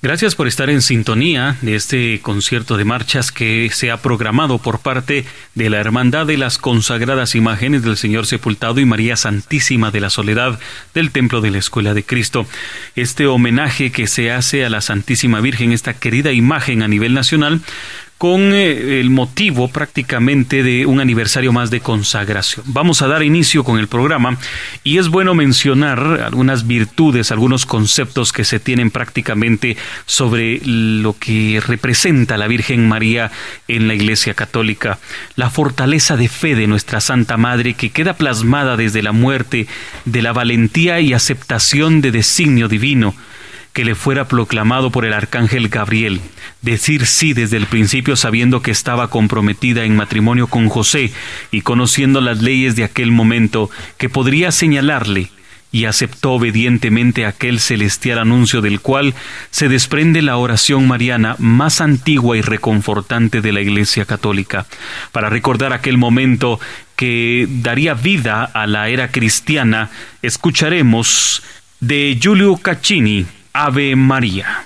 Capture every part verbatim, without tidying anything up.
Gracias por estar en sintonía de este concierto de marchas que se ha programado por parte de la Hermandad de las Consagradas Imágenes del Señor Sepultado y María Santísima de la Soledad del Templo de la Escuela de Cristo. Este homenaje que se hace a la Santísima Virgen, esta querida imagen a nivel nacional, con eh, el motivo prácticamente de un aniversario más de consagración. Vamos a dar inicio con el programa y es bueno mencionar algunas virtudes, algunos conceptos que se tienen prácticamente sobre lo que representa la Virgen María en la Iglesia Católica. La fortaleza de fe de nuestra Santa Madre, que queda plasmada desde la muerte, de la valentía y aceptación de designio divino que le fuera proclamado por el arcángel Gabriel, decir sí desde el principio sabiendo que estaba comprometida en matrimonio con José y conociendo las leyes de aquel momento que podría señalarle, y aceptó obedientemente aquel celestial anuncio del cual se desprende la oración mariana más antigua y reconfortante de la Iglesia Católica. Para recordar aquel momento que daría vida a la era cristiana, escucharemos de Giulio Caccini, Ave María.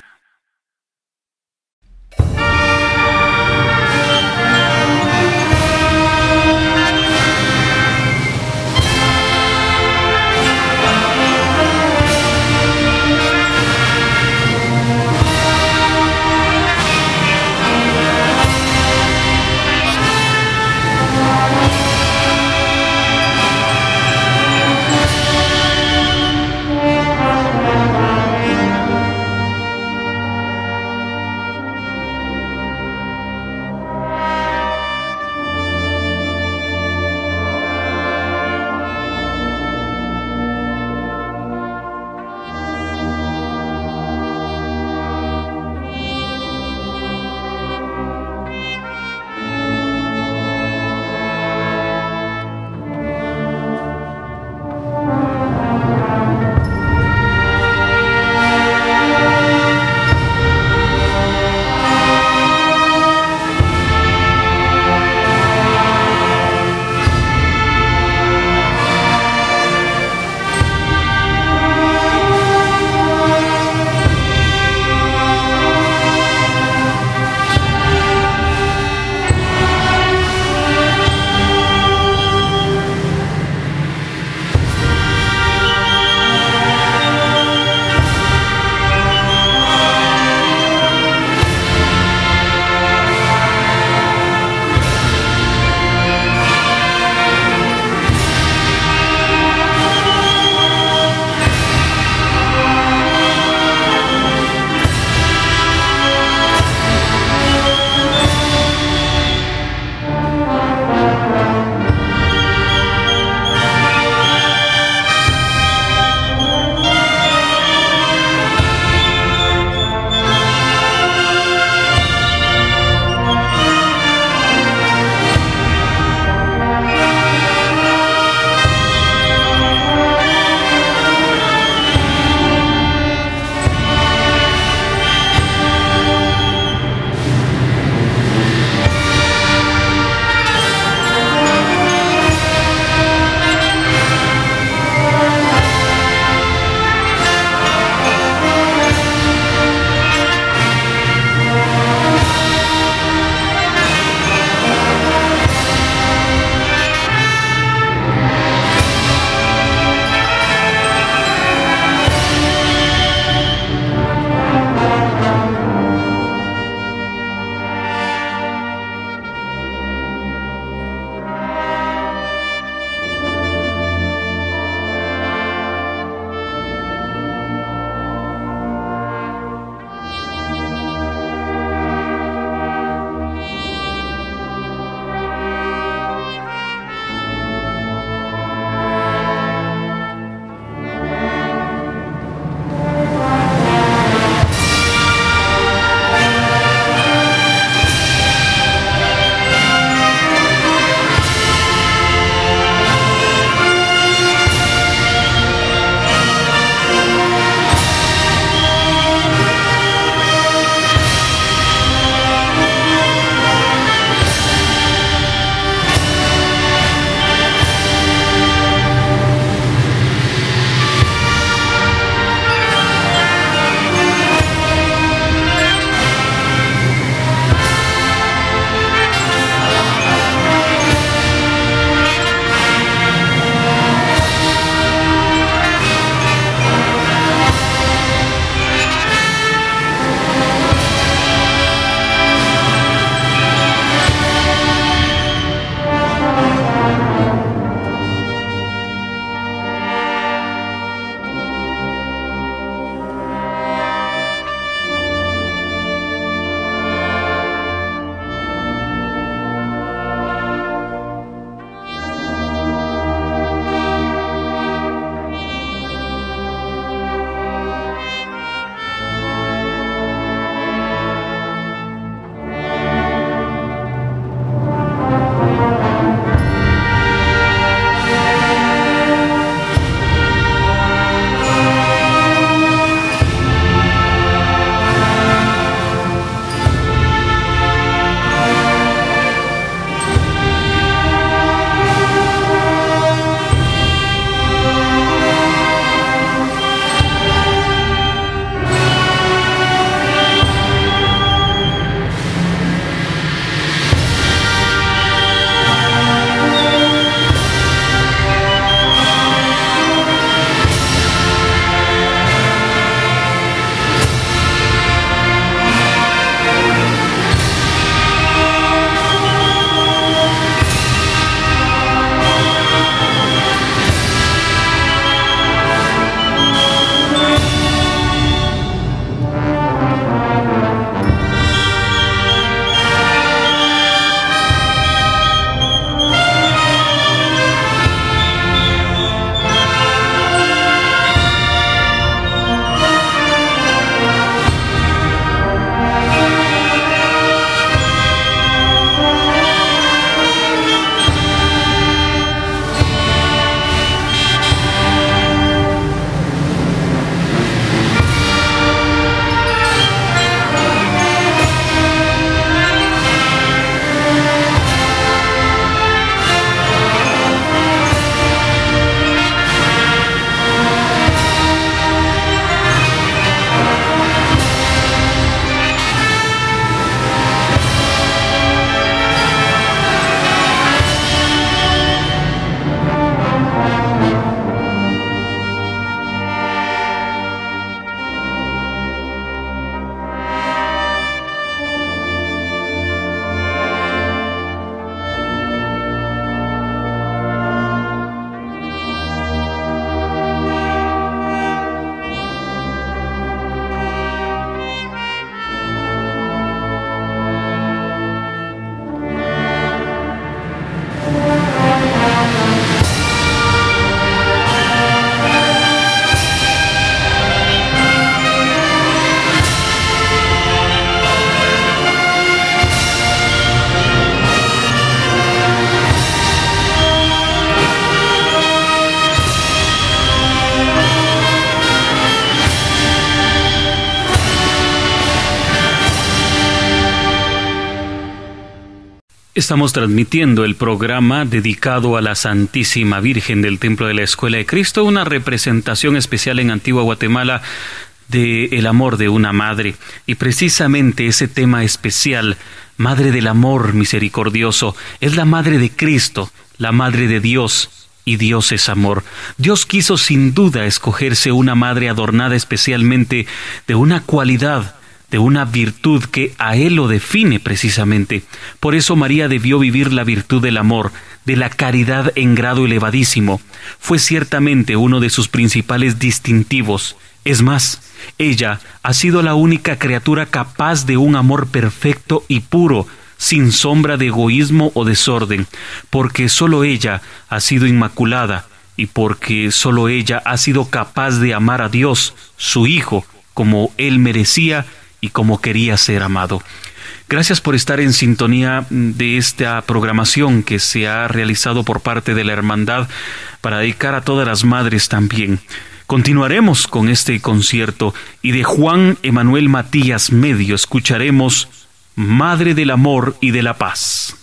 Estamos transmitiendo el programa dedicado a la Santísima Virgen del Templo de la Escuela de Cristo, una representación especial en Antigua Guatemala de el amor de una madre. Y precisamente ese tema especial, Madre del Amor Misericordioso, es la Madre de Cristo, la Madre de Dios, y Dios es amor. Dios quiso sin duda escogerse una madre adornada especialmente de una cualidad, de una virtud que a Él lo define precisamente. Por eso María debió vivir la virtud del amor, de la caridad en grado elevadísimo. Fue ciertamente uno de sus principales distintivos. Es más, ella ha sido la única criatura capaz de un amor perfecto y puro, sin sombra de egoísmo o desorden, porque sólo ella ha sido inmaculada y porque sólo ella ha sido capaz de amar a Dios, su Hijo, como Él merecía y como quería ser amado. Gracias por estar en sintonía de esta programación que se ha realizado por parte de la Hermandad para dedicar a todas las madres también. Continuaremos con este concierto y de Juan Emanuel Matías Medio escucharemos Madre del Amor y de la Paz.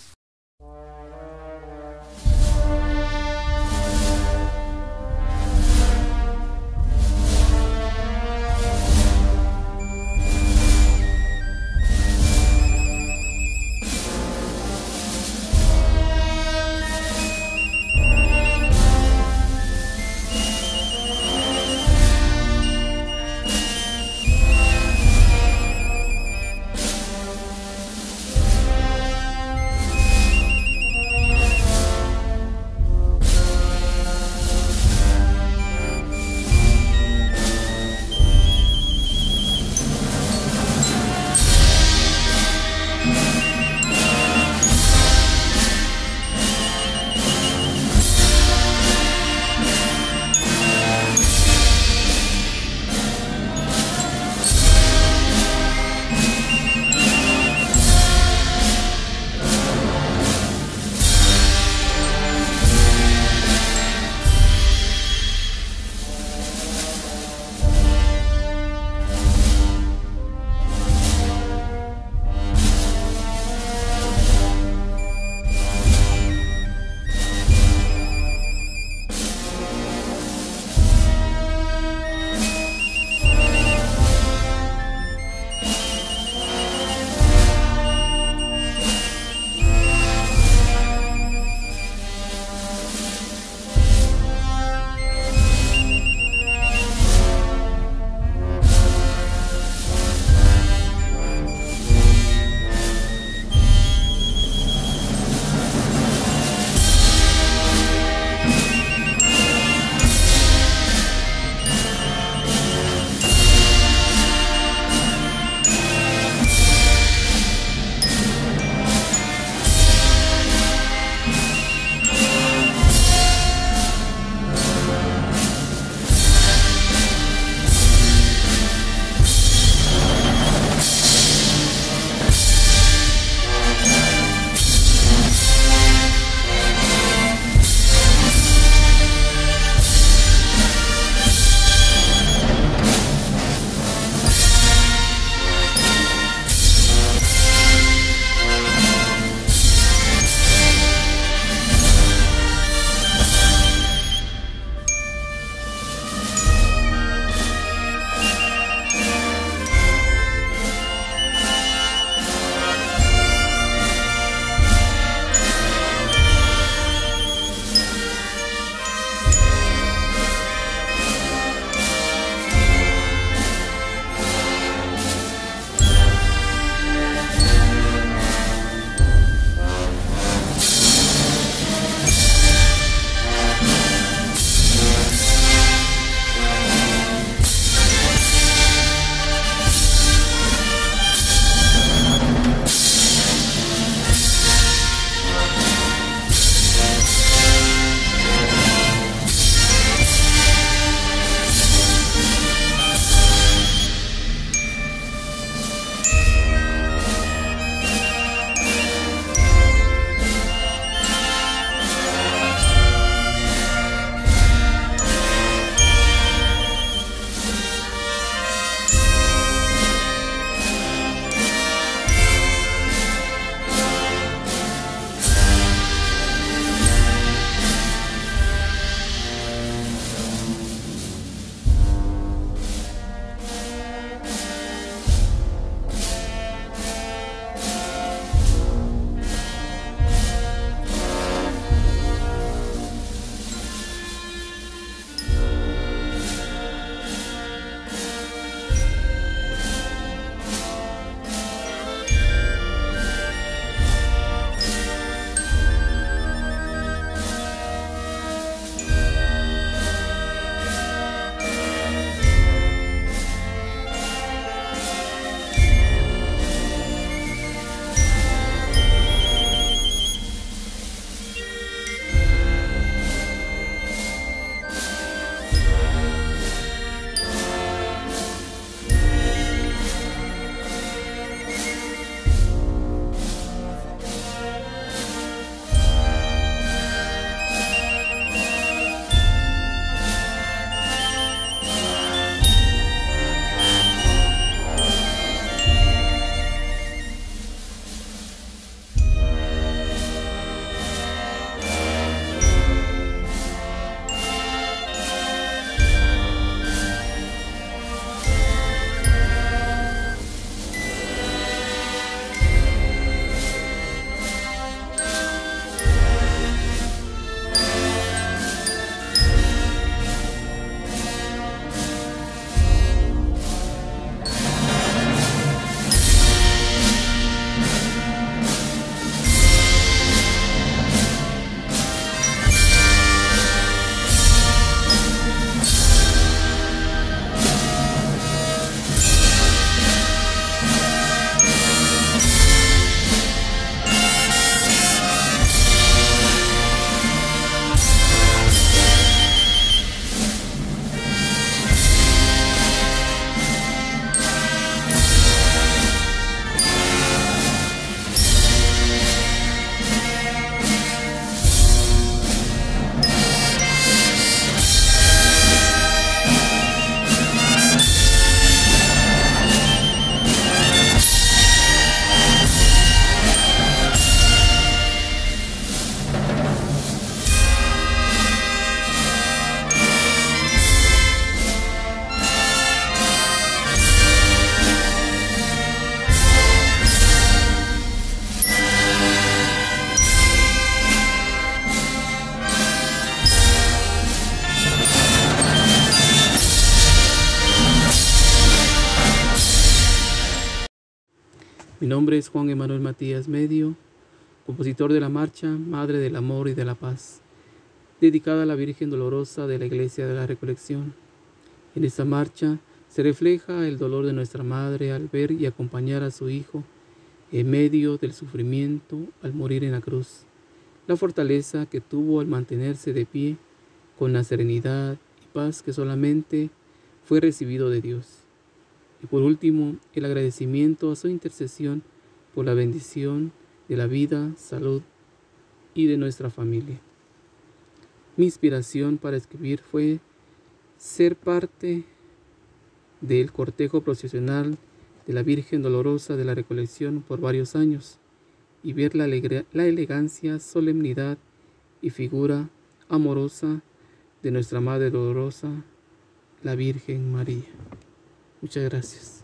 Mi nombre es Juan Emanuel Matías Medio, compositor de la marcha Madre del Amor y de la Paz, dedicada a la Virgen Dolorosa de la Iglesia de la Recolección. En esta marcha se refleja el dolor de nuestra Madre al ver y acompañar a su Hijo en medio del sufrimiento al morir en la cruz, la fortaleza que tuvo al mantenerse de pie con la serenidad y paz que solamente fue recibido de Dios. Y por último, el agradecimiento a su intercesión por la bendición de la vida, salud y de nuestra familia. Mi inspiración para escribir fue ser parte del cortejo procesional de la Virgen Dolorosa de la Recolección por varios años y ver la, alegre, la elegancia, solemnidad y figura amorosa de nuestra Madre Dolorosa, la Virgen María. Muchas gracias.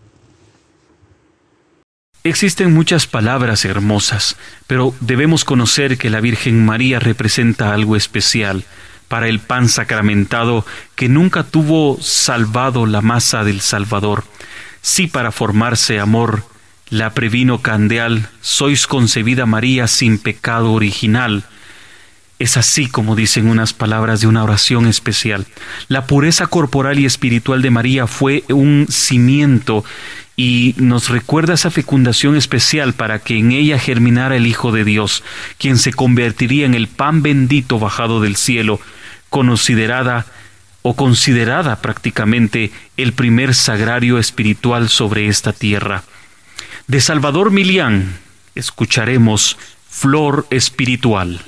Existen muchas palabras hermosas, pero debemos conocer que la Virgen María representa algo especial para el pan sacramentado que nunca tuvo salvado la masa del Salvador. Sí, para formarse amor, la previno candeal, sois concebida María sin pecado original. Es así como dicen unas palabras de una oración especial. La pureza corporal y espiritual de María fue un cimiento y nos recuerda esa fecundación especial para que en ella germinara el Hijo de Dios, quien se convertiría en el pan bendito bajado del cielo, considerada o considerada prácticamente el primer sagrario espiritual sobre esta tierra. De Salvador Milián escucharemos Flor Espiritual.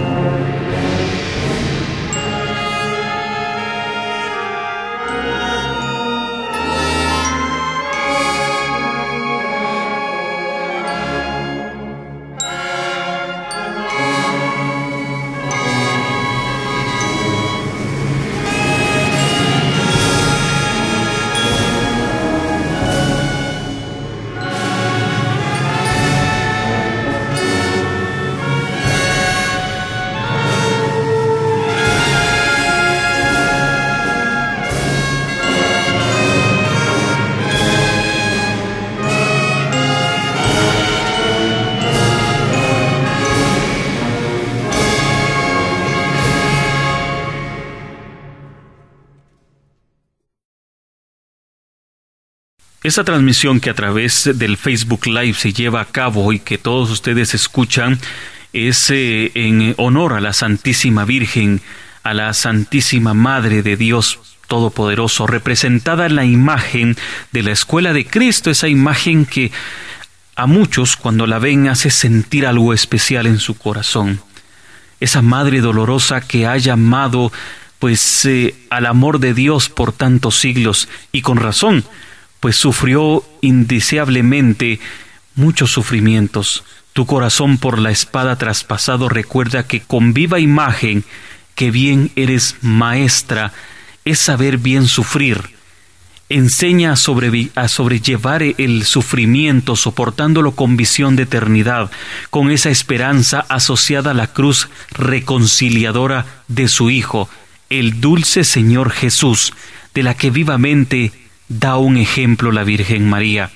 Esta transmisión que a través del Facebook Live se lleva a cabo y que todos ustedes escuchan es eh, en honor a la Santísima Virgen, a la Santísima Madre de Dios Todopoderoso, representada en la imagen de la Escuela de Cristo, esa imagen que a muchos cuando la ven hace sentir algo especial en su corazón. Esa Madre dolorosa que ha llamado pues eh, al amor de Dios por tantos siglos y con razón, pues sufrió indeseablemente muchos sufrimientos. Tu corazón por la espada traspasado recuerda que con viva imagen que bien eres maestra, es saber bien sufrir. Enseña a, sobrevi- a sobrellevar el sufrimiento, soportándolo con visión de eternidad, con esa esperanza asociada a la cruz reconciliadora de su Hijo, el dulce Señor Jesús, de la que vivamente da un ejemplo la Virgen María.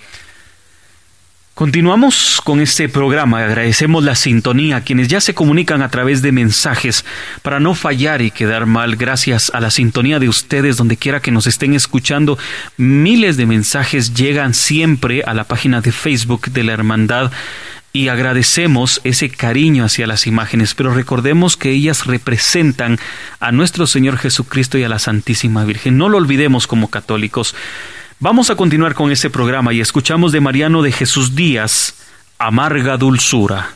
Continuamos con este programa. Agradecemos la sintonía a quienes ya se comunican a través de mensajes para no fallar y quedar mal. Gracias a la sintonía de ustedes, donde quiera que nos estén escuchando, miles de mensajes llegan siempre a la página de Facebook de la Hermandad y agradecemos ese cariño hacia las imágenes, pero recordemos que ellas representan a nuestro Señor Jesucristo y a la Santísima Virgen. No lo olvidemos como católicos. Vamos a continuar con este programa y escuchamos de Mariano de Jesús Díaz, Amarga Dulzura.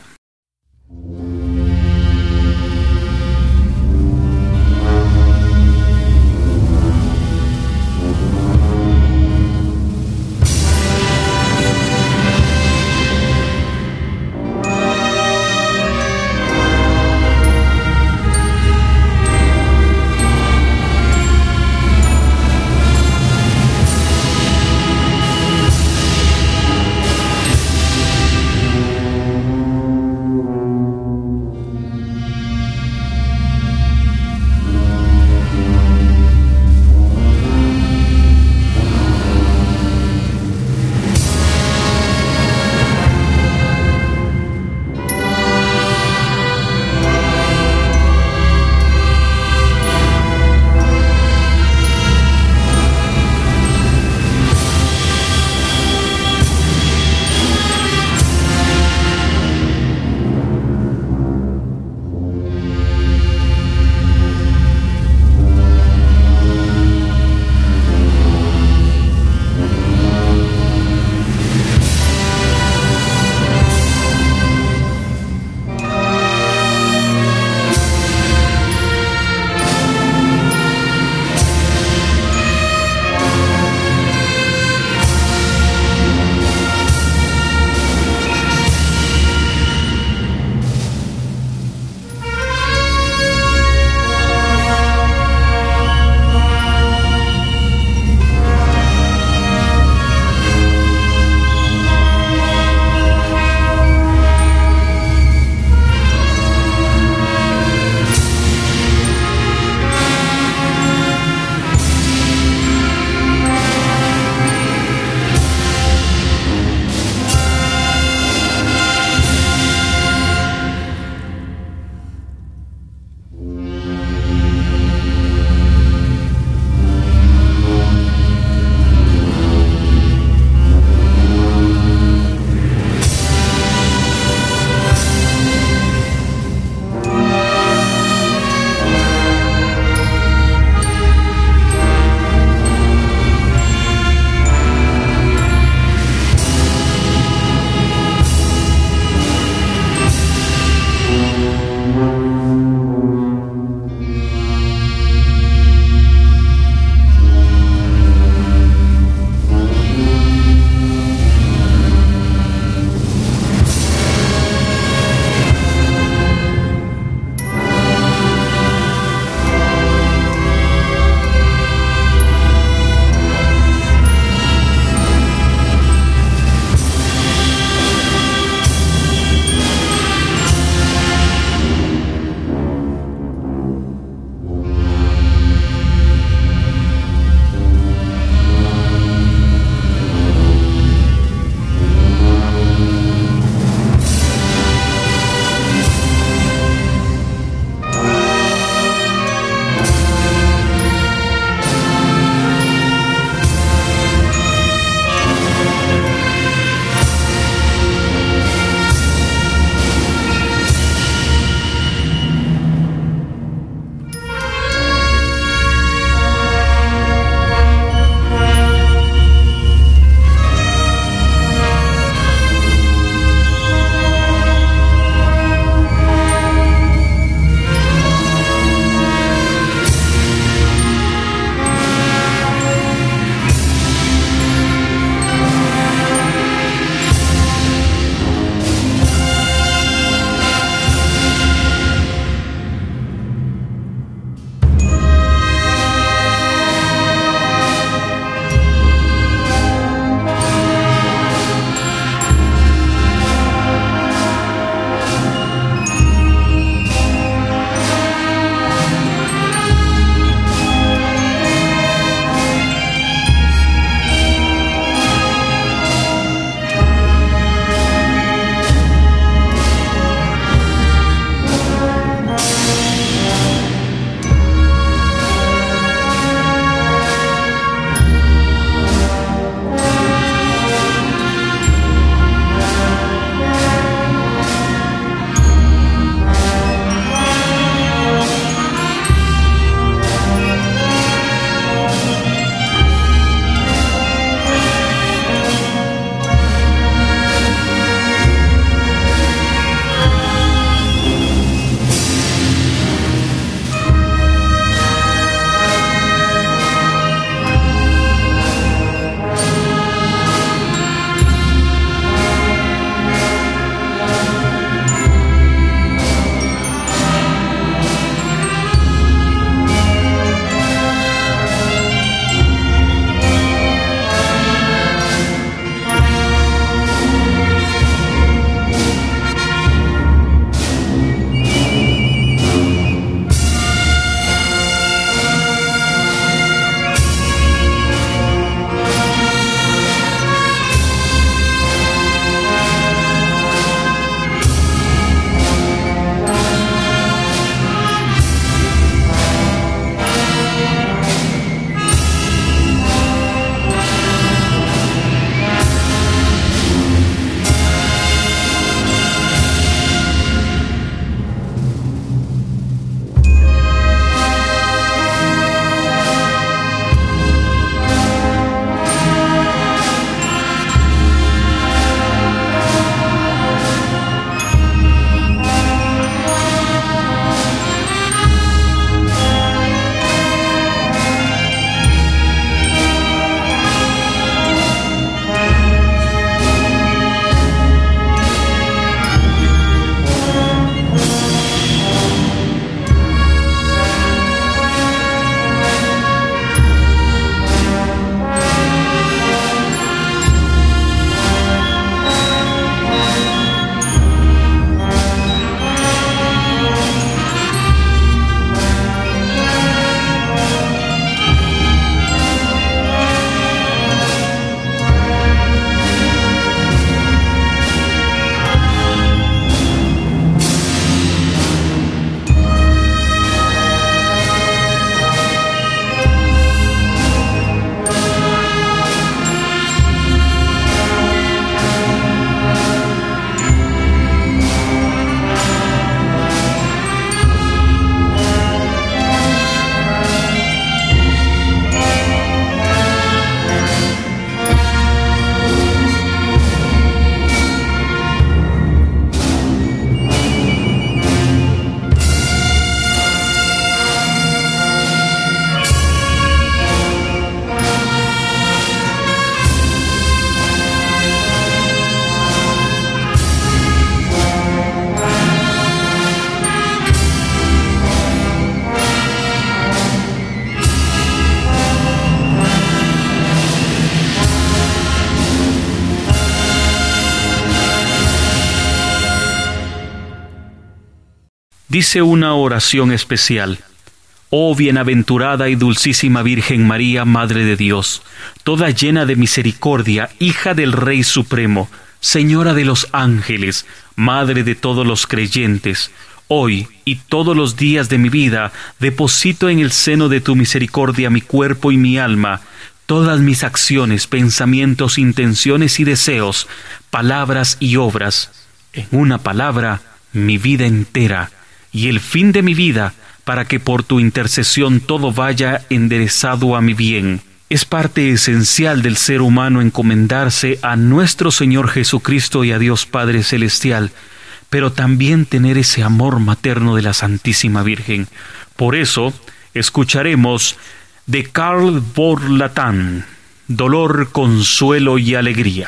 dice una oración especial. Oh bienaventurada y dulcísima Virgen María, Madre de Dios, toda llena de misericordia, hija del Rey Supremo, Señora de los ángeles, Madre de todos los creyentes, hoy y todos los días de mi vida deposito en el seno de tu misericordia mi cuerpo y mi alma, todas mis acciones, pensamientos, intenciones y deseos, palabras y obras, en una palabra, mi vida entera, y el fin de mi vida, para que por tu intercesión todo vaya enderezado a mi bien. Es parte esencial del ser humano encomendarse a nuestro Señor Jesucristo y a Dios Padre Celestial, pero también tener ese amor materno de la Santísima Virgen. Por eso, escucharemos de Karl Borlatan, Dolor, Consuelo y Alegría.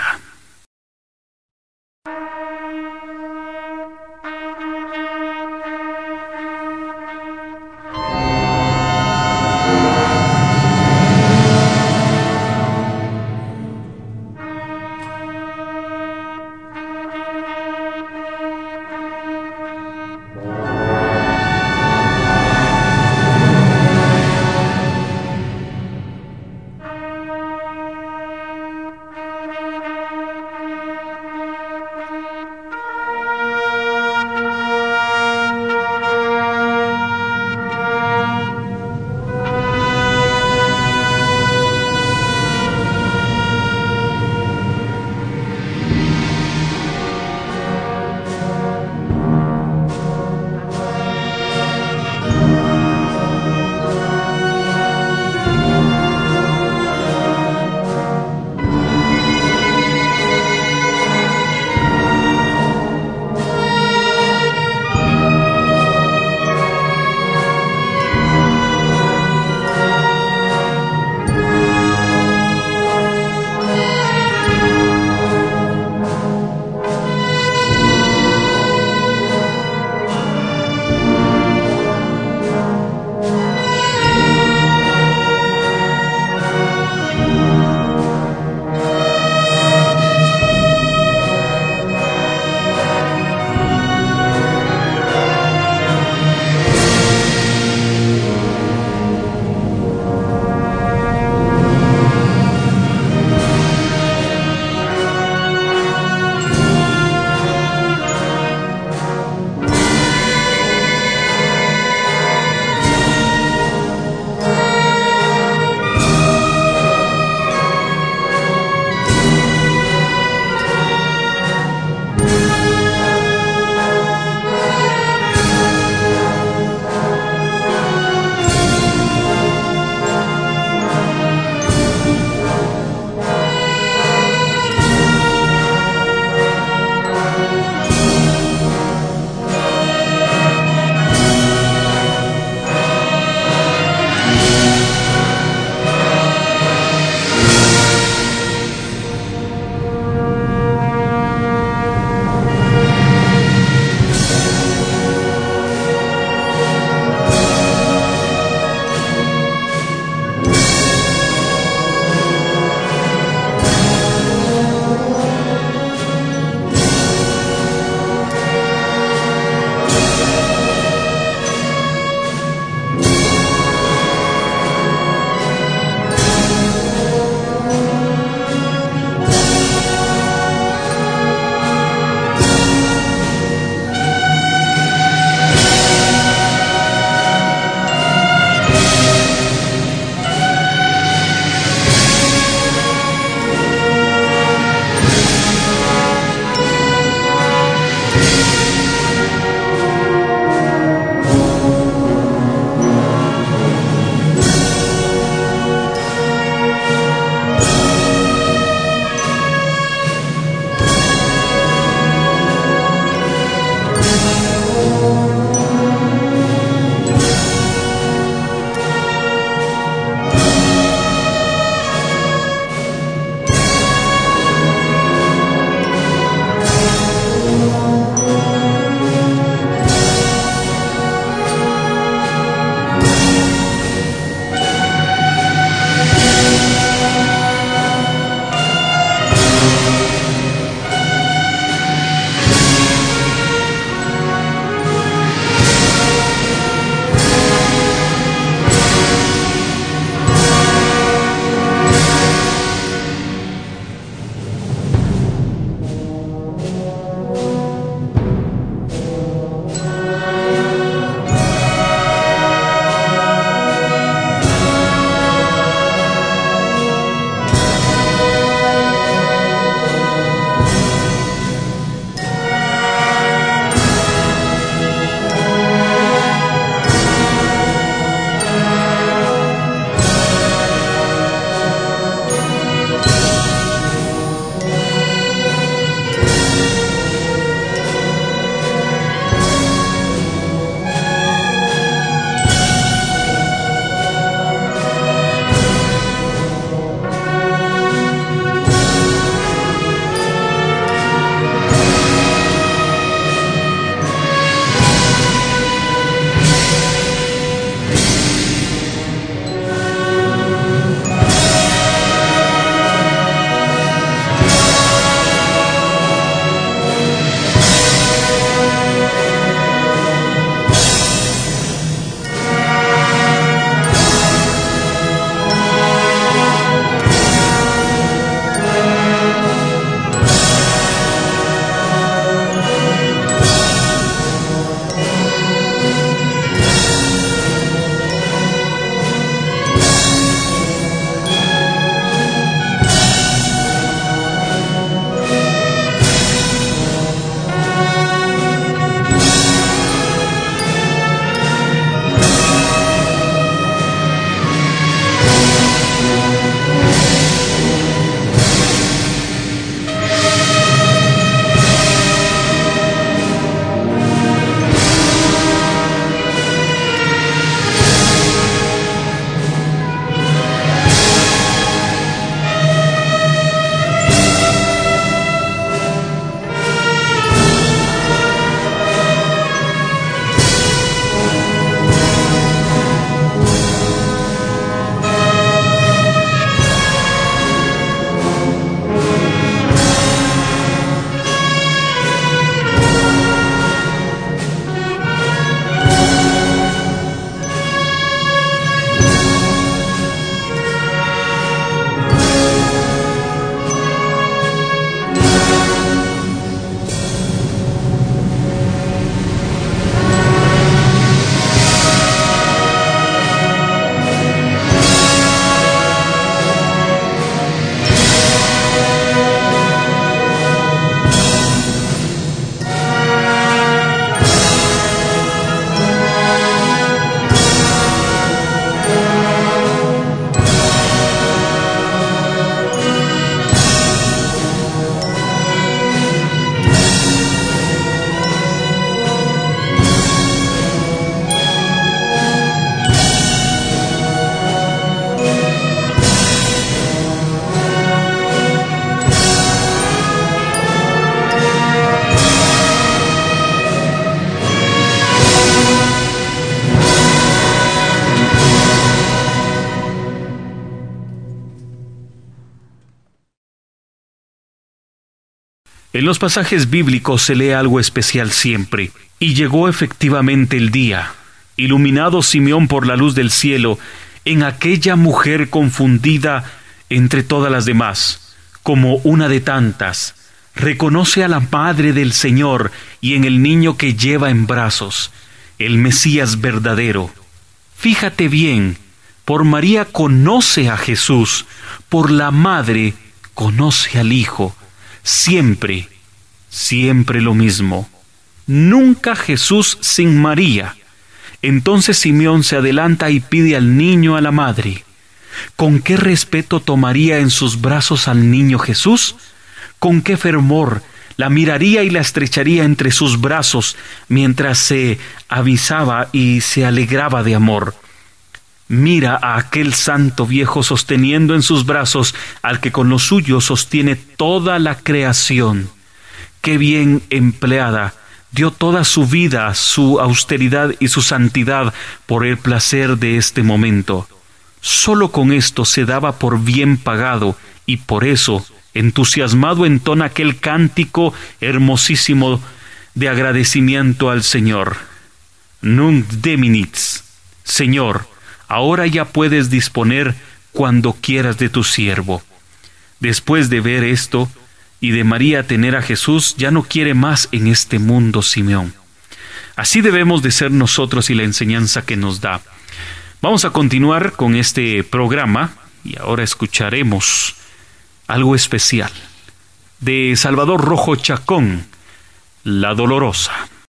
En los pasajes bíblicos se lee algo especial siempre. Y llegó efectivamente el día, iluminado Simeón por la luz del cielo, en aquella mujer confundida entre todas las demás, como una de tantas, reconoce a la madre del Señor y en el niño que lleva en brazos, el Mesías verdadero. Fíjate bien, por María conoce a Jesús, por la madre conoce al Hijo, siempre, siempre lo mismo. Nunca Jesús sin María. Entonces Simeón se adelanta y pide al niño a la madre. ¿Con qué respeto tomaría en sus brazos al niño Jesús? ¿Con qué fervor la miraría y la estrecharía entre sus brazos mientras se avisaba y se alegraba de amor? Mira a aquel santo viejo sosteniendo en sus brazos al que con lo suyo sostiene toda la creación. Qué bien empleada. Dio toda su vida, su austeridad y su santidad por el placer de este momento. Solo con esto se daba por bien pagado, y por eso, entusiasmado, entona aquel cántico hermosísimo de agradecimiento al Señor. Nunc dimittis. Señor, ahora ya puedes disponer cuando quieras de tu siervo. Después de ver esto, y de María tener a Jesús, ya no quiere más en este mundo Simeón. Así debemos de ser nosotros y la enseñanza que nos da. Vamos a continuar con este programa y ahora escucharemos algo especial de Salvador Rojo Chacón, La Dolorosa.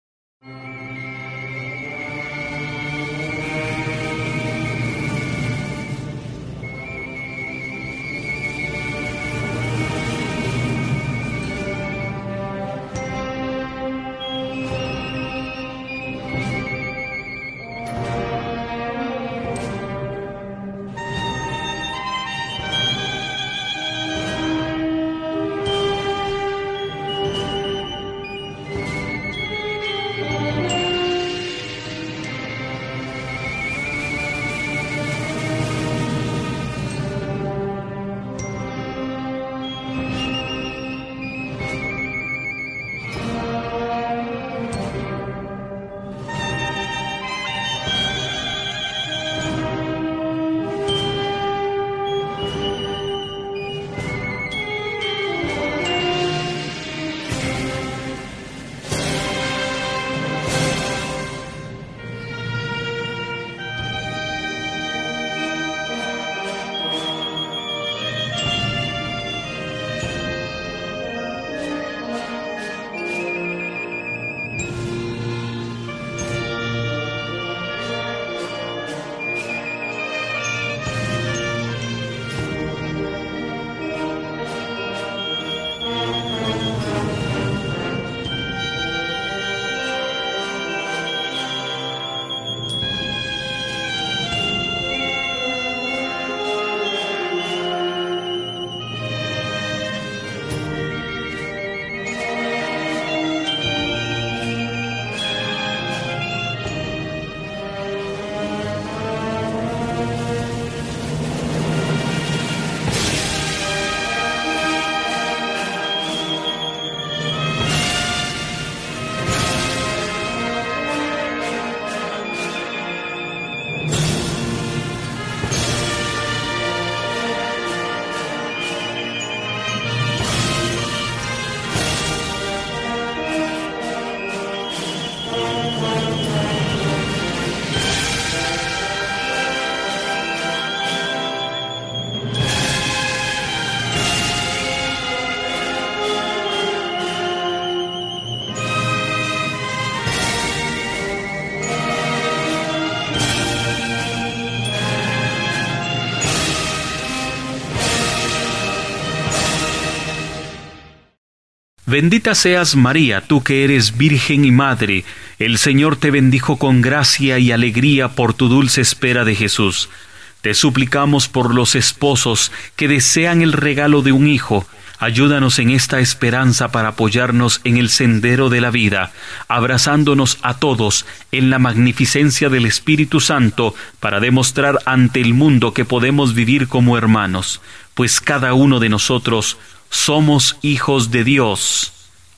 Bendita seas María, tú que eres virgen y madre, el Señor te bendijo con gracia y alegría por tu dulce espera de Jesús. Te suplicamos por los esposos que desean el regalo de un hijo, ayúdanos en esta esperanza para apoyarnos en el sendero de la vida, abrazándonos a todos en la magnificencia del Espíritu Santo para demostrar ante el mundo que podemos vivir como hermanos, pues cada uno de nosotros somos hijos de Dios.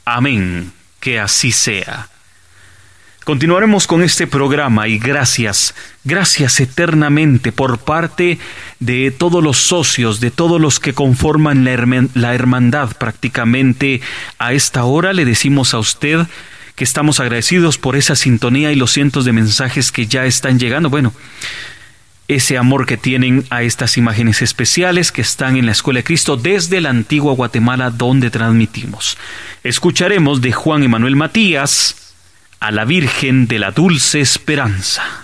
Amén. Que así sea. Continuaremos con este programa y gracias, gracias eternamente por parte de todos los socios, de todos los que conforman la, herme- la hermandad prácticamente. A esta hora le decimos a usted que estamos agradecidos por esa sintonía y los cientos de mensajes que ya están llegando. Bueno, ese amor que tienen a estas imágenes especiales que están en la Escuela de Cristo desde la antigua Guatemala donde transmitimos. Escucharemos de Juan Emanuel Matías a la Virgen de la Dulce Esperanza.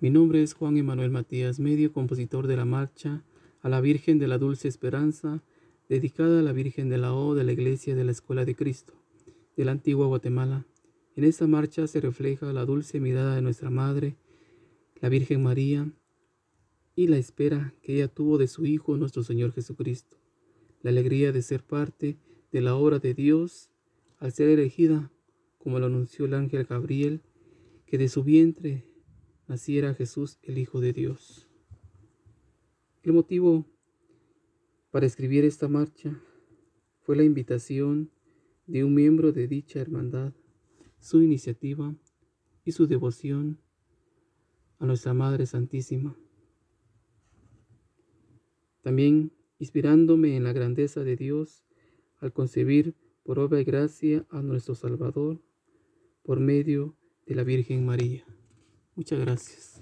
Mi nombre es Juan Emanuel Matías Medio, compositor de la marcha a la Virgen de la Dulce Esperanza, dedicada a la Virgen de la O de la Iglesia de la Escuela de Cristo, de la antigua Guatemala. En esta marcha se refleja la dulce mirada de nuestra Madre, la Virgen María, y la espera que ella tuvo de su Hijo, nuestro Señor Jesucristo. La alegría de ser parte de la obra de Dios al ser elegida, como lo anunció el ángel Gabriel, que de su vientre naciera Jesús, el Hijo de Dios. El motivo para escribir esta marcha fue la invitación de un miembro de dicha hermandad, su iniciativa y su devoción a nuestra Madre Santísima. También inspirándome en la grandeza de Dios al concebir por obra y gracia a nuestro Salvador por medio de la Virgen María. Muchas gracias.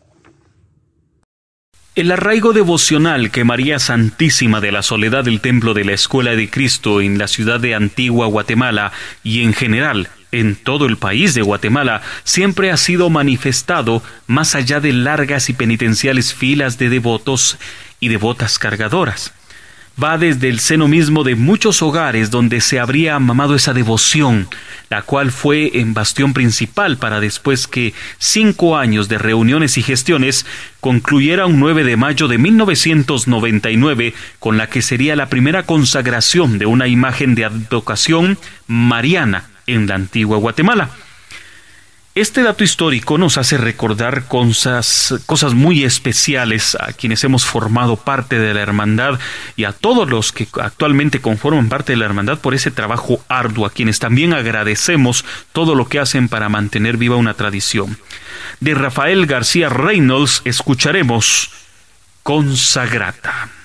El arraigo devocional que María Santísima de la Soledad del Templo de la Escuela de Cristo en la ciudad de Antigua Guatemala y en general en todo el país de Guatemala siempre ha sido manifestado más allá de largas y penitenciales filas de devotos y devotas cargadoras. Va desde el seno mismo de muchos hogares donde se habría mamado esa devoción, la cual fue en bastión principal para después que cinco años de reuniones y gestiones concluyera un nueve de mayo de mil novecientos noventa y nueve con la que sería la primera consagración de una imagen de advocación mariana en la antigua Guatemala. Este dato histórico nos hace recordar cosas, cosas muy especiales a quienes hemos formado parte de la hermandad y a todos los que actualmente conforman parte de la hermandad por ese trabajo arduo, a quienes también agradecemos todo lo que hacen para mantener viva una tradición. De Rafael García Reynolds escucharemos Consagrata.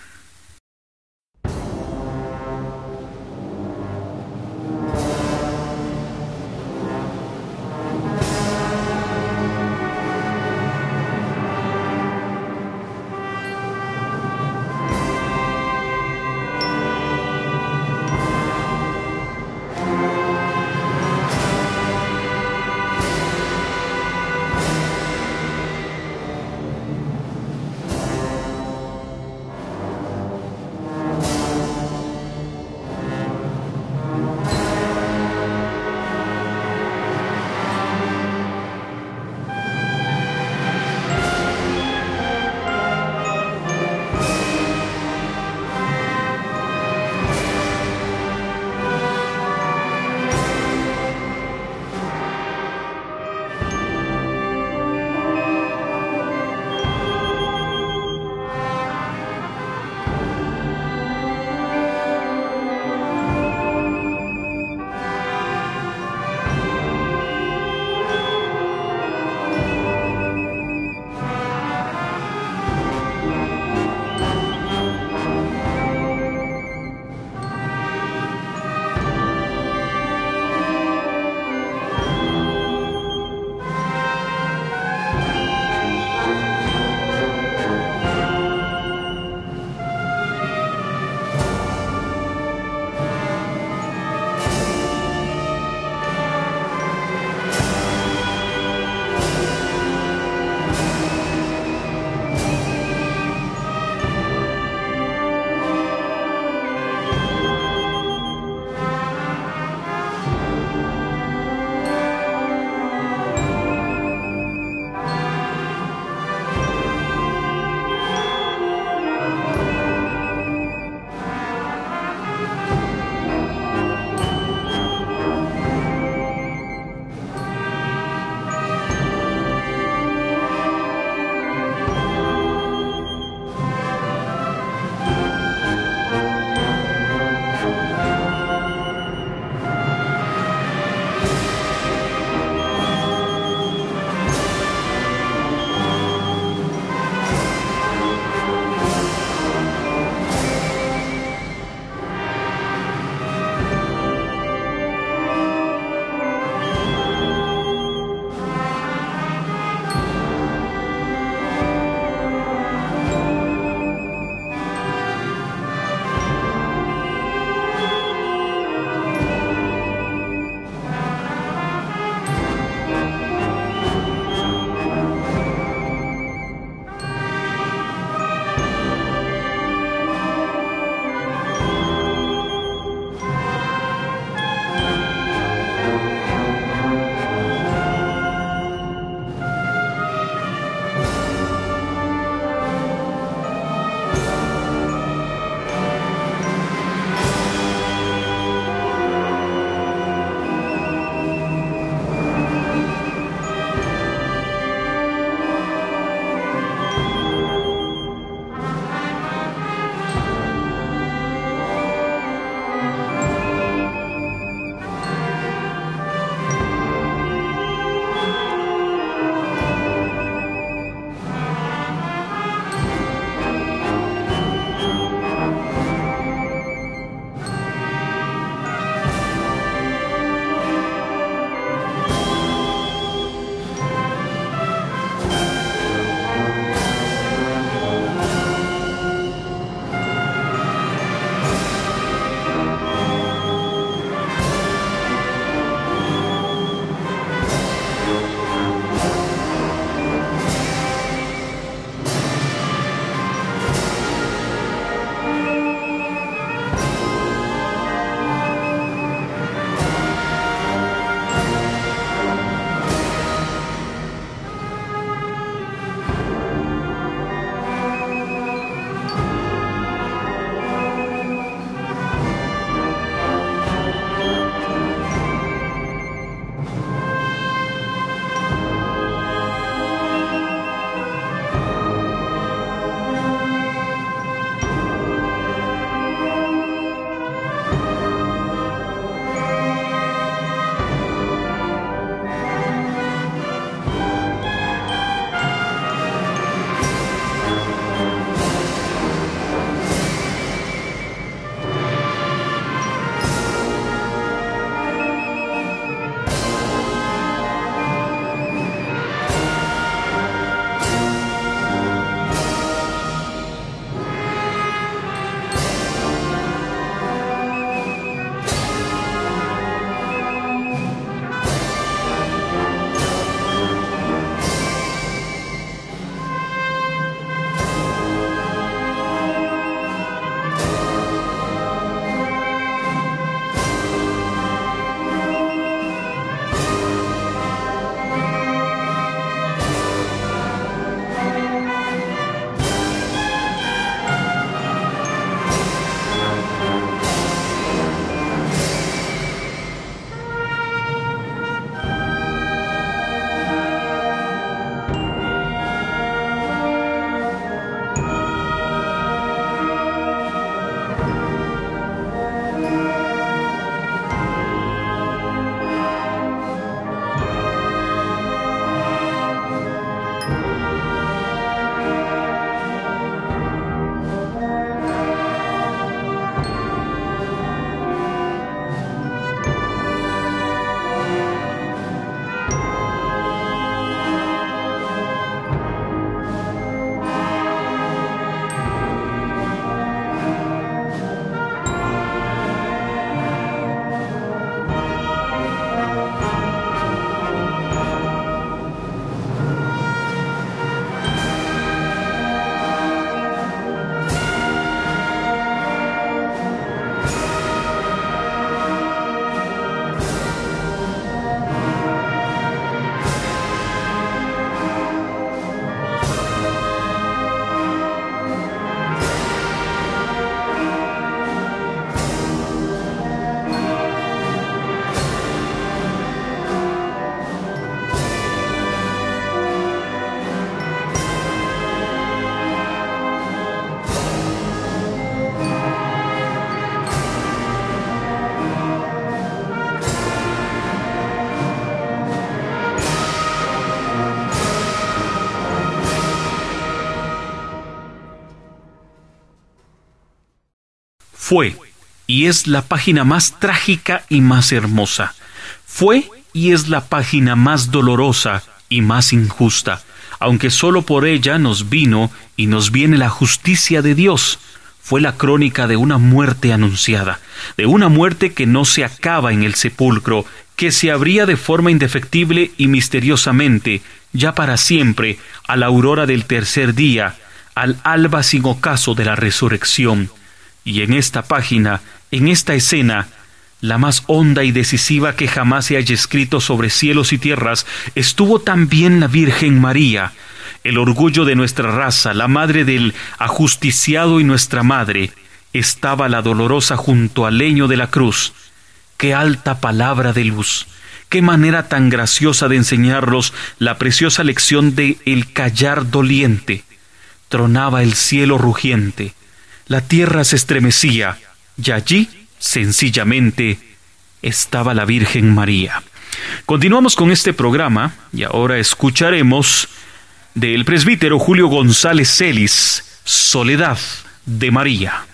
fue y es la página más trágica y más hermosa. Fue y es la página más dolorosa y más injusta, aunque solo por ella nos vino y nos viene la justicia de Dios. Fue la crónica de una muerte anunciada, de una muerte que no se acaba en el sepulcro, que se abría de forma indefectible y misteriosamente, ya para siempre, a la aurora del tercer día, al alba sin ocaso de la resurrección. Y en esta página, en esta escena, la más honda y decisiva que jamás se haya escrito sobre cielos y tierras, estuvo también la Virgen María, el orgullo de nuestra raza, la madre del ajusticiado y nuestra madre. Estaba la dolorosa junto al leño de la cruz. ¡Qué alta palabra de luz! ¡Qué manera tan graciosa de enseñarnos la preciosa lección de el callar doliente! Tronaba el cielo rugiente, la tierra se estremecía, y allí, sencillamente, estaba la Virgen María. Continuamos con este programa, y ahora escucharemos del presbítero Julio González Celis, Soledad de María.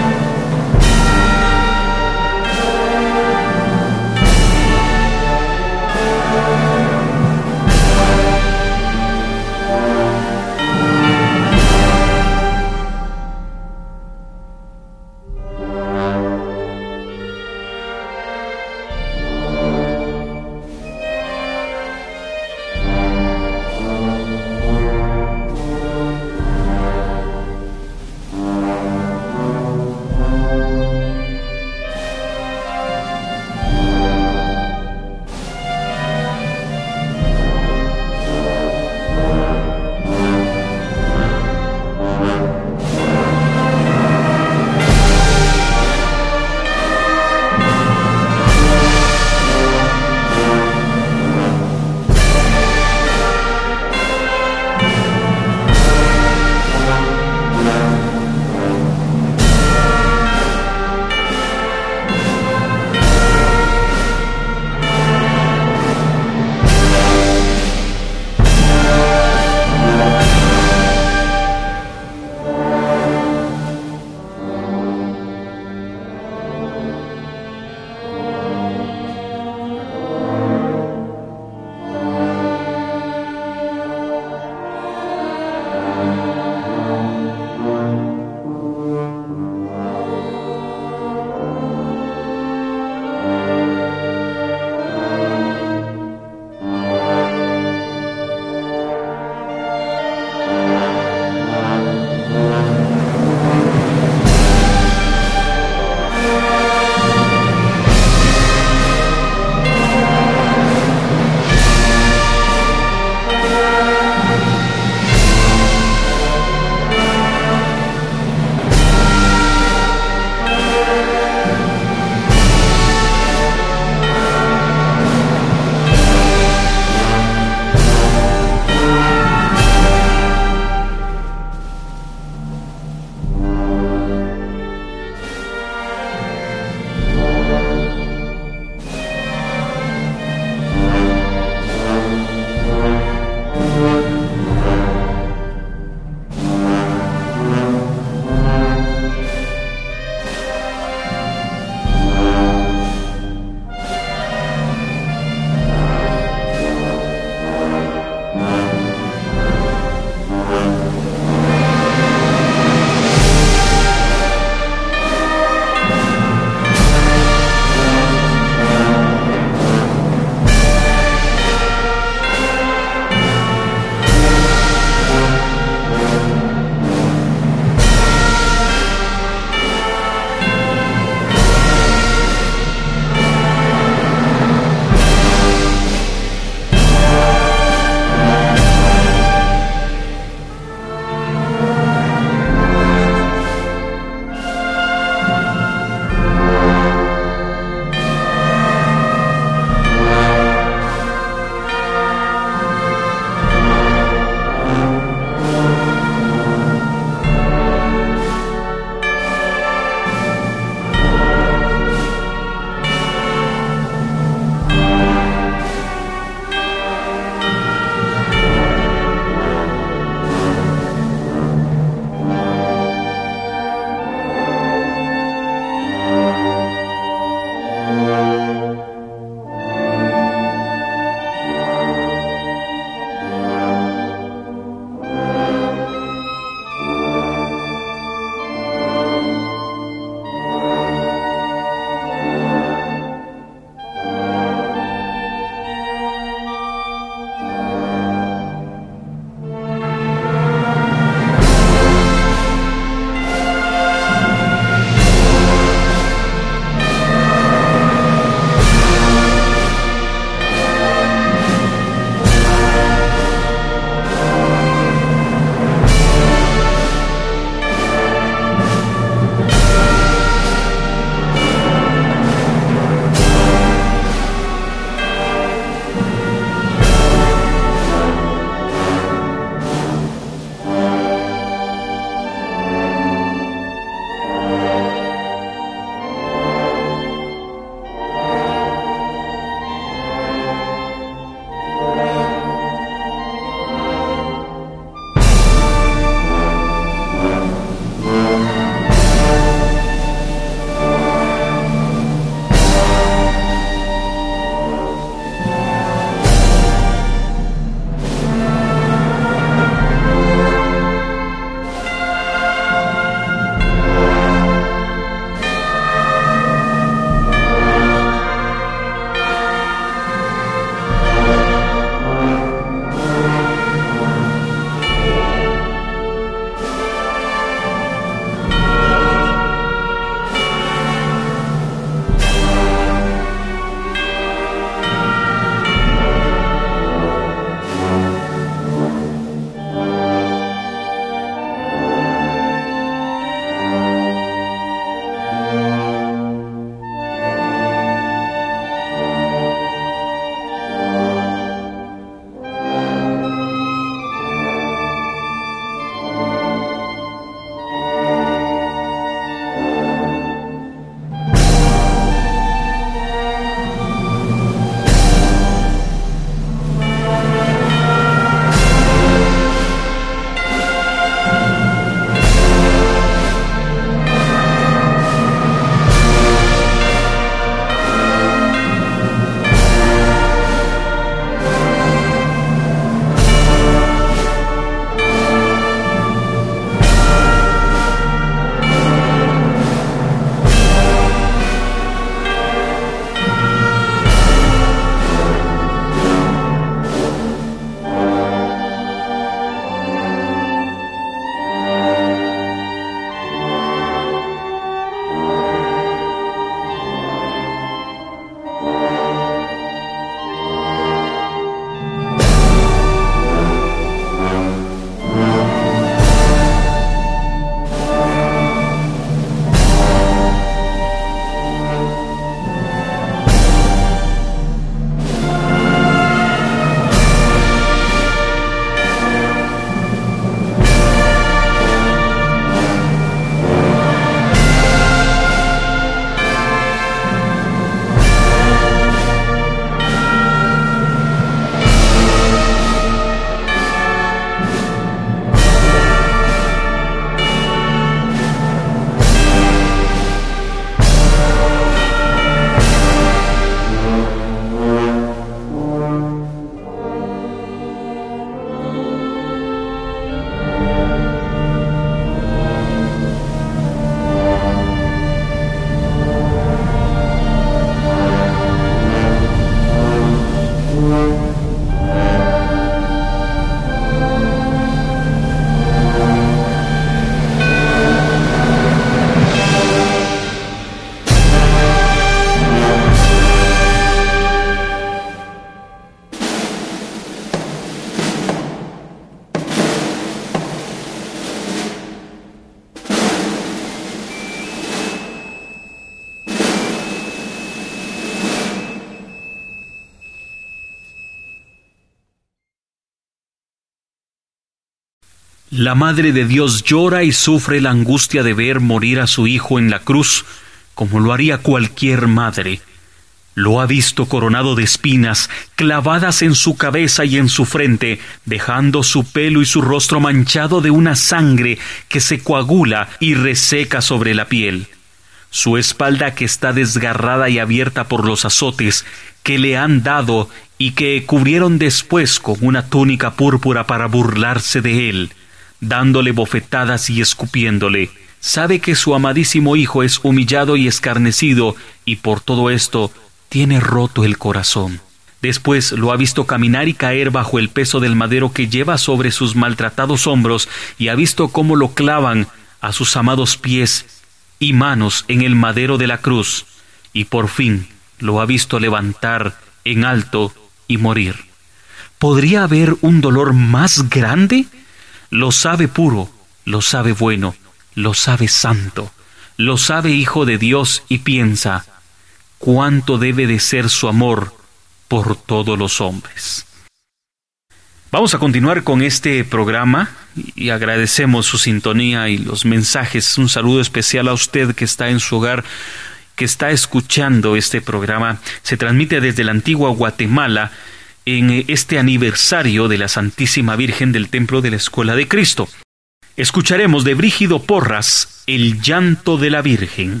La Madre de Dios llora y sufre la angustia de ver morir a su Hijo en la cruz, como lo haría cualquier madre. Lo ha visto coronado de espinas, clavadas en su cabeza y en su frente, dejando su pelo y su rostro manchado de una sangre que se coagula y reseca sobre la piel. Su espalda que está desgarrada y abierta por los azotes que le han dado y que cubrieron después con una túnica púrpura para burlarse de él, dándole bofetadas y escupiéndole. Sabe que su amadísimo Hijo es humillado y escarnecido, y por todo esto tiene roto el corazón. Después lo ha visto caminar y caer bajo el peso del madero que lleva sobre sus maltratados hombros, y ha visto cómo lo clavan a sus amados pies y manos en el madero de la cruz, y por fin lo ha visto levantar en alto y morir. ¿Podría haber un dolor más grande? Lo sabe puro, lo sabe bueno, lo sabe santo, lo sabe Hijo de Dios, y piensa: ¿cuánto debe de ser su amor por todos los hombres? Vamos a continuar con este programa y agradecemos su sintonía y los mensajes. Un saludo especial a usted que está en su hogar, que está escuchando este programa. Se transmite desde la antigua Guatemala en este aniversario de la Santísima Virgen del Templo de la Escuela de Cristo. Escucharemos de Brígido Porras, El llanto de la Virgen.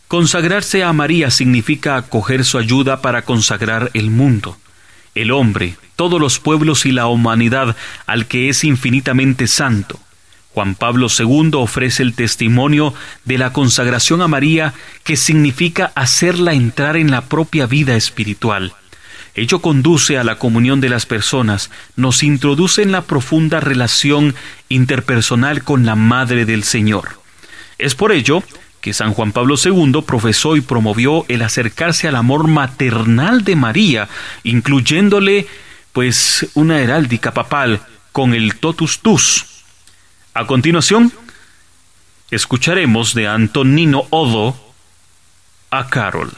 Consagrarse a María significa acoger su ayuda para consagrar el mundo, el hombre, todos los pueblos y la humanidad al que es infinitamente santo. Juan Pablo segundo ofrece el testimonio de la consagración a María, que significa hacerla entrar en la propia vida espiritual. Ello conduce a la comunión de las personas, nos introduce en la profunda relación interpersonal con la Madre del Señor. Es por ello que San Juan Pablo segundo profesó y promovió el acercarse al amor maternal de María, incluyéndole pues una heráldica papal con el Totus Tus. A continuación, escucharemos de Antonino Odo a Carol.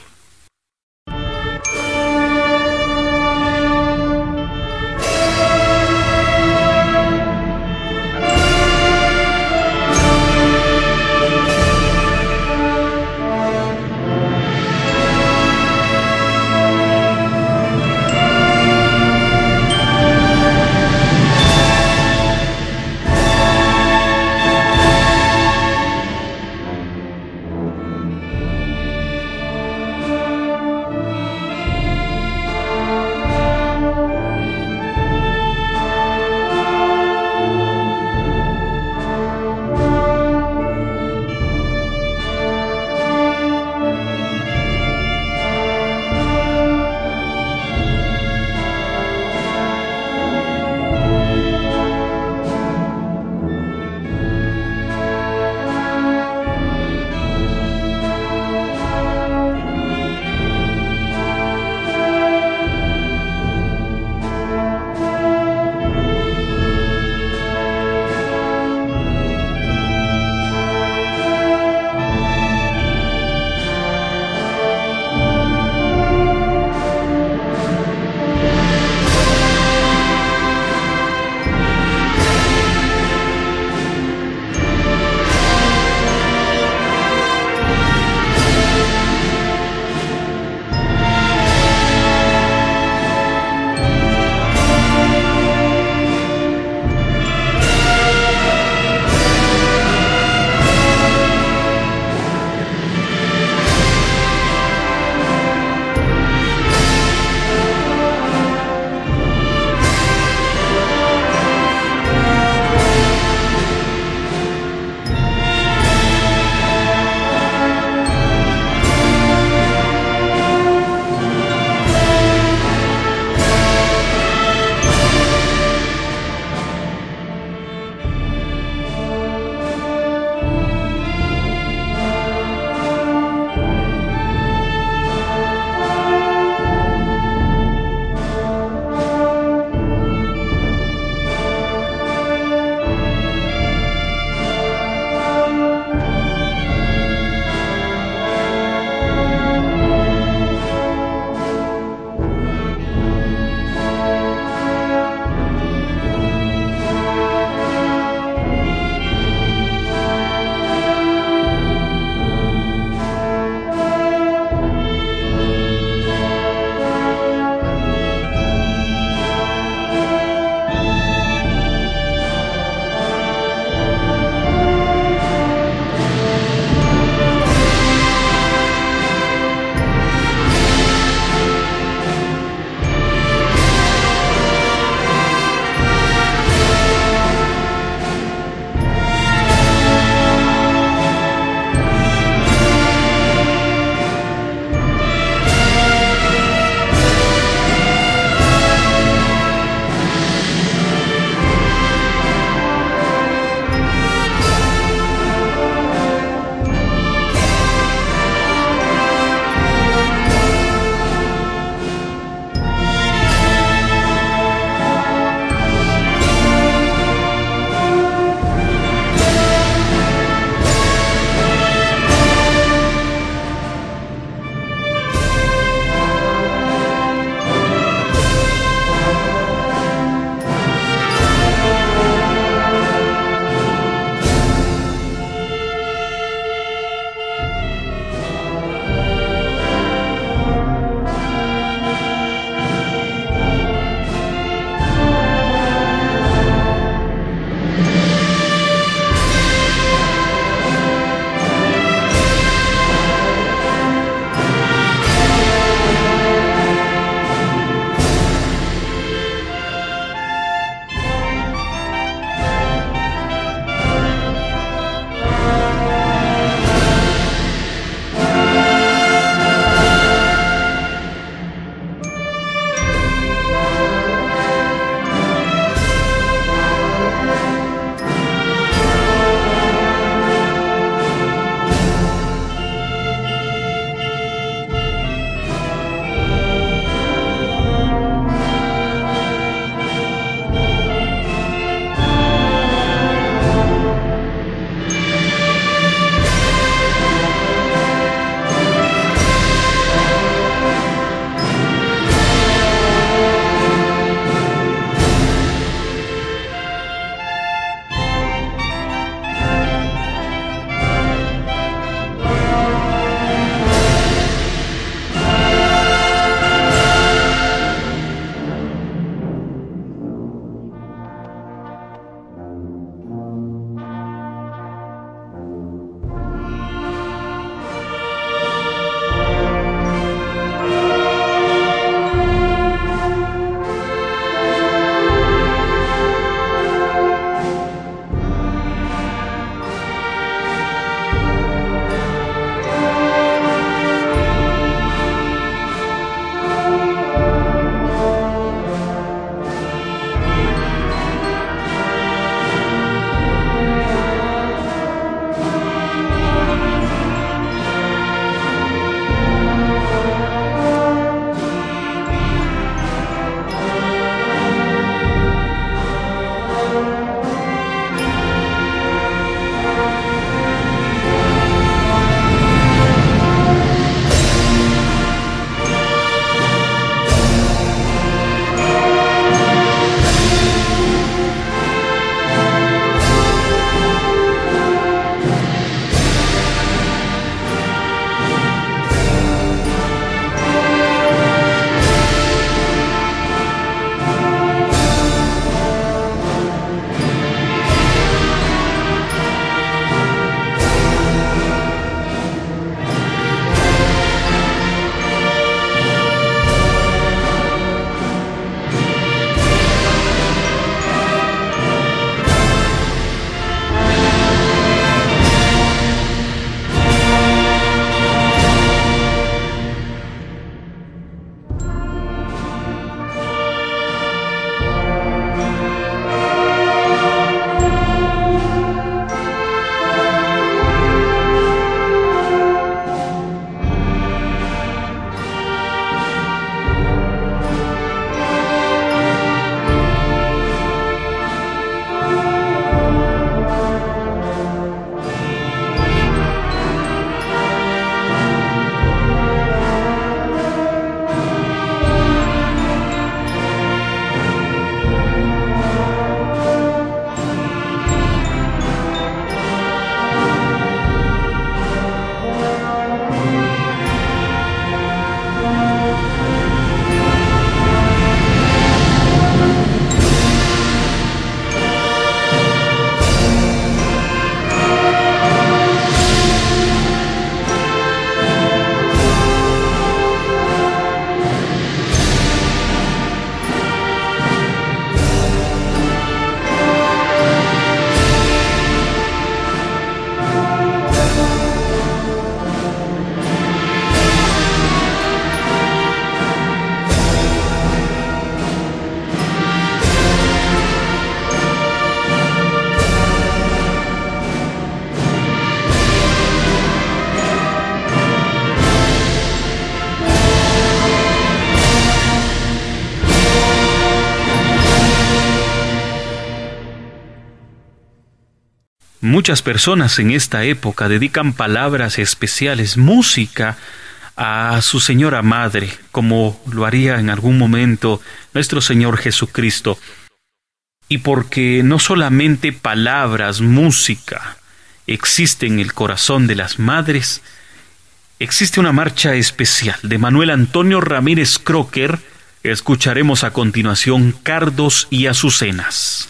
Muchas personas en esta época dedican palabras especiales, música, a su Señora Madre, como lo haría en algún momento nuestro Señor Jesucristo. Y porque no solamente palabras, música, existe en el corazón de las madres, existe una marcha especial de Manuel Antonio Ramírez Crocker. Escucharemos a continuación Cardos y Azucenas.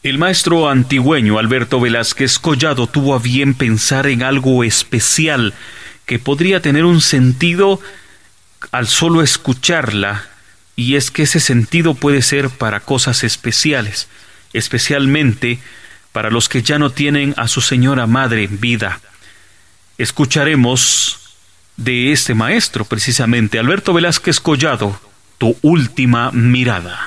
El maestro antigüeño Alberto Velázquez Collado tuvo a bien pensar en algo especial que podría tener un sentido al solo escucharla, y es que ese sentido puede ser para cosas especiales, especialmente para los que ya no tienen a su señora madre en vida. Escucharemos de este maestro, precisamente, Alberto Velázquez Collado, Tu última mirada.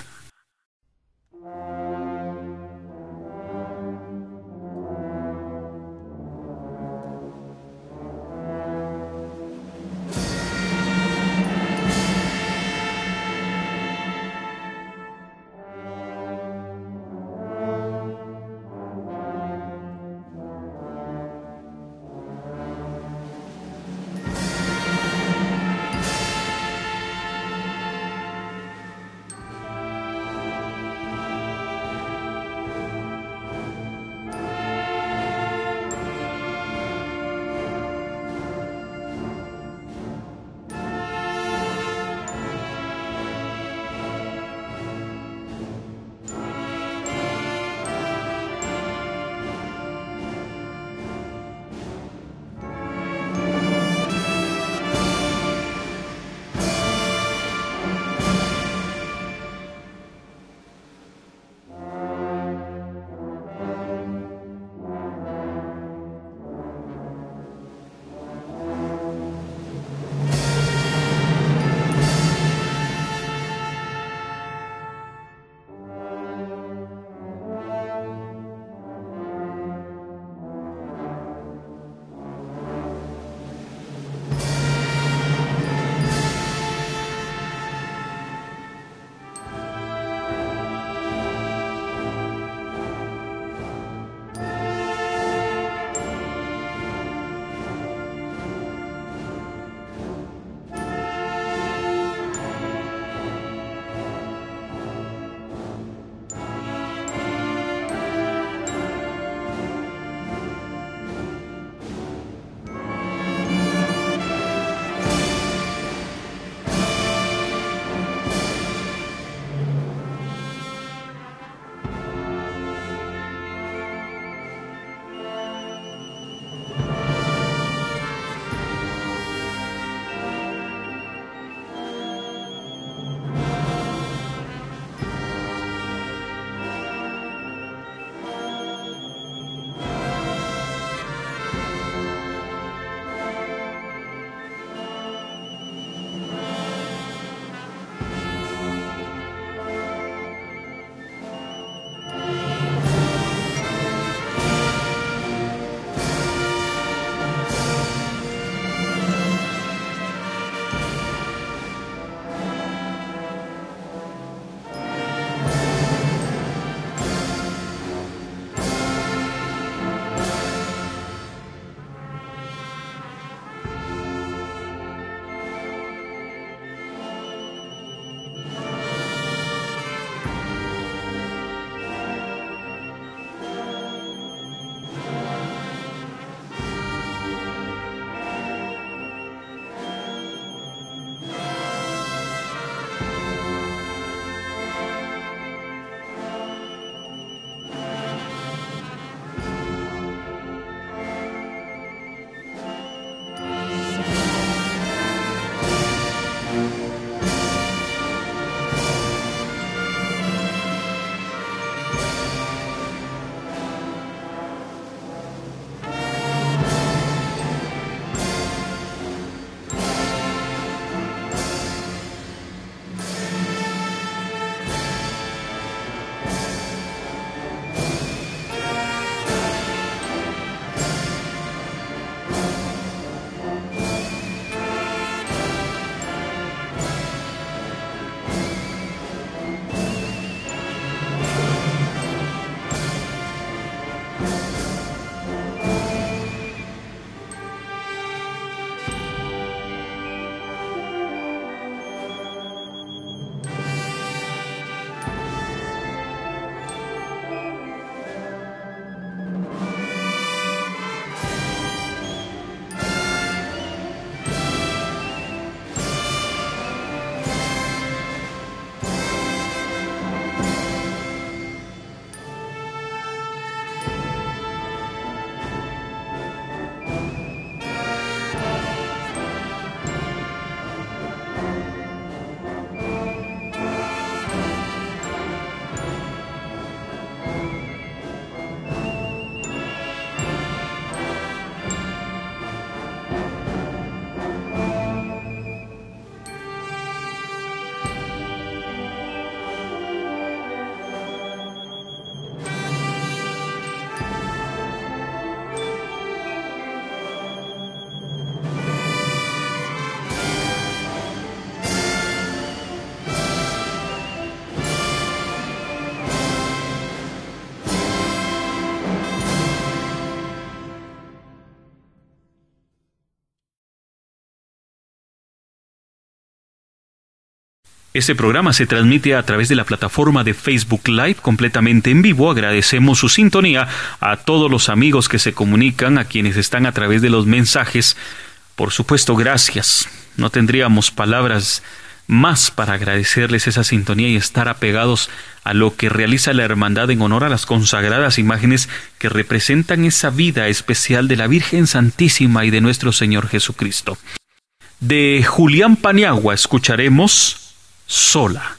Este programa se transmite a través de la plataforma de Facebook Live completamente en vivo. Agradecemos su sintonía a todos los amigos que se comunican, a quienes están a través de los mensajes. Por supuesto, gracias. No tendríamos palabras más para agradecerles esa sintonía y estar apegados a lo que realiza la hermandad en honor a las consagradas imágenes que representan esa vida especial de la Virgen Santísima y de nuestro Señor Jesucristo. De Julián Paniagua escucharemos Sola.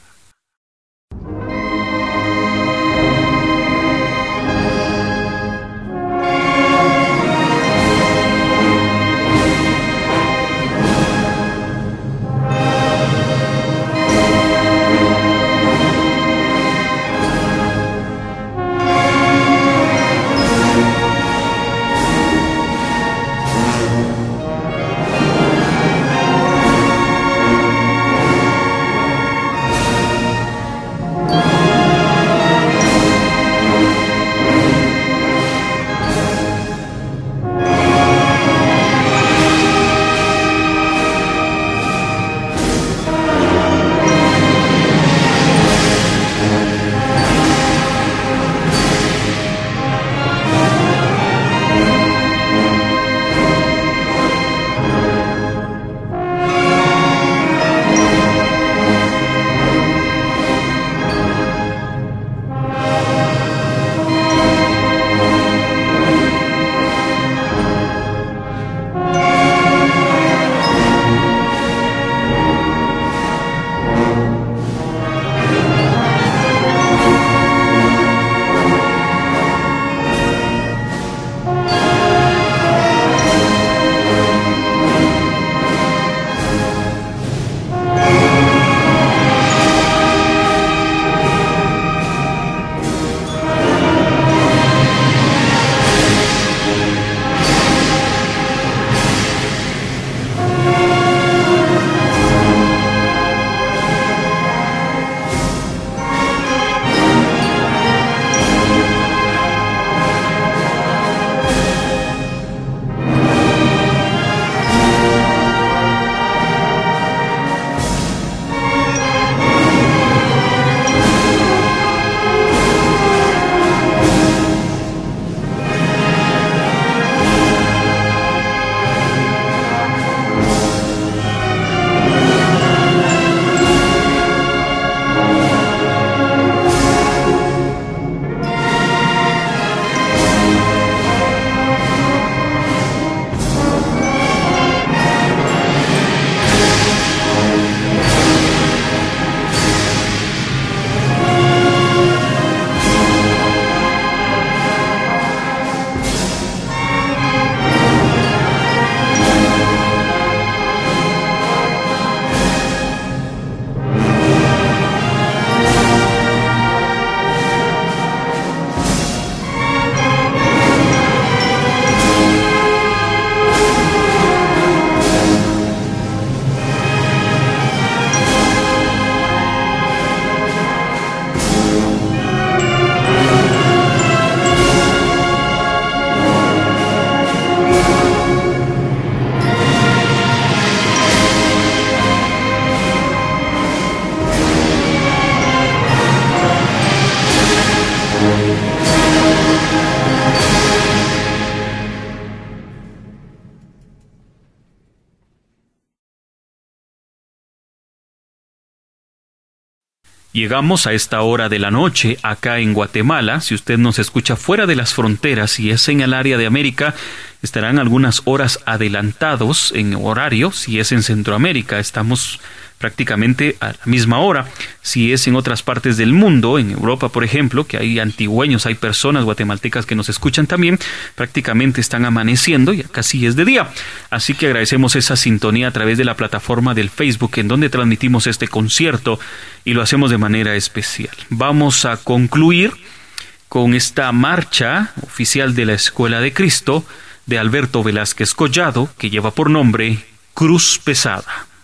Llegamos a esta hora de la noche acá en Guatemala. Si usted nos escucha fuera de las fronteras y es en el área de América, estarán algunas horas adelantados en horario. Si es en Centroamérica, estamos prácticamente a la misma hora. Si es en otras partes del mundo, en Europa por ejemplo, que hay antigüeños, hay personas guatemaltecas que nos escuchan también, prácticamente están amaneciendo y acá sí es de día. Así que agradecemos esa sintonía a través de la plataforma del Facebook en donde transmitimos este concierto y lo hacemos de manera especial. Vamos a concluir con esta marcha oficial de la Escuela de Cristo de Alberto Velázquez Collado, que lleva por nombre Cruz Pesada.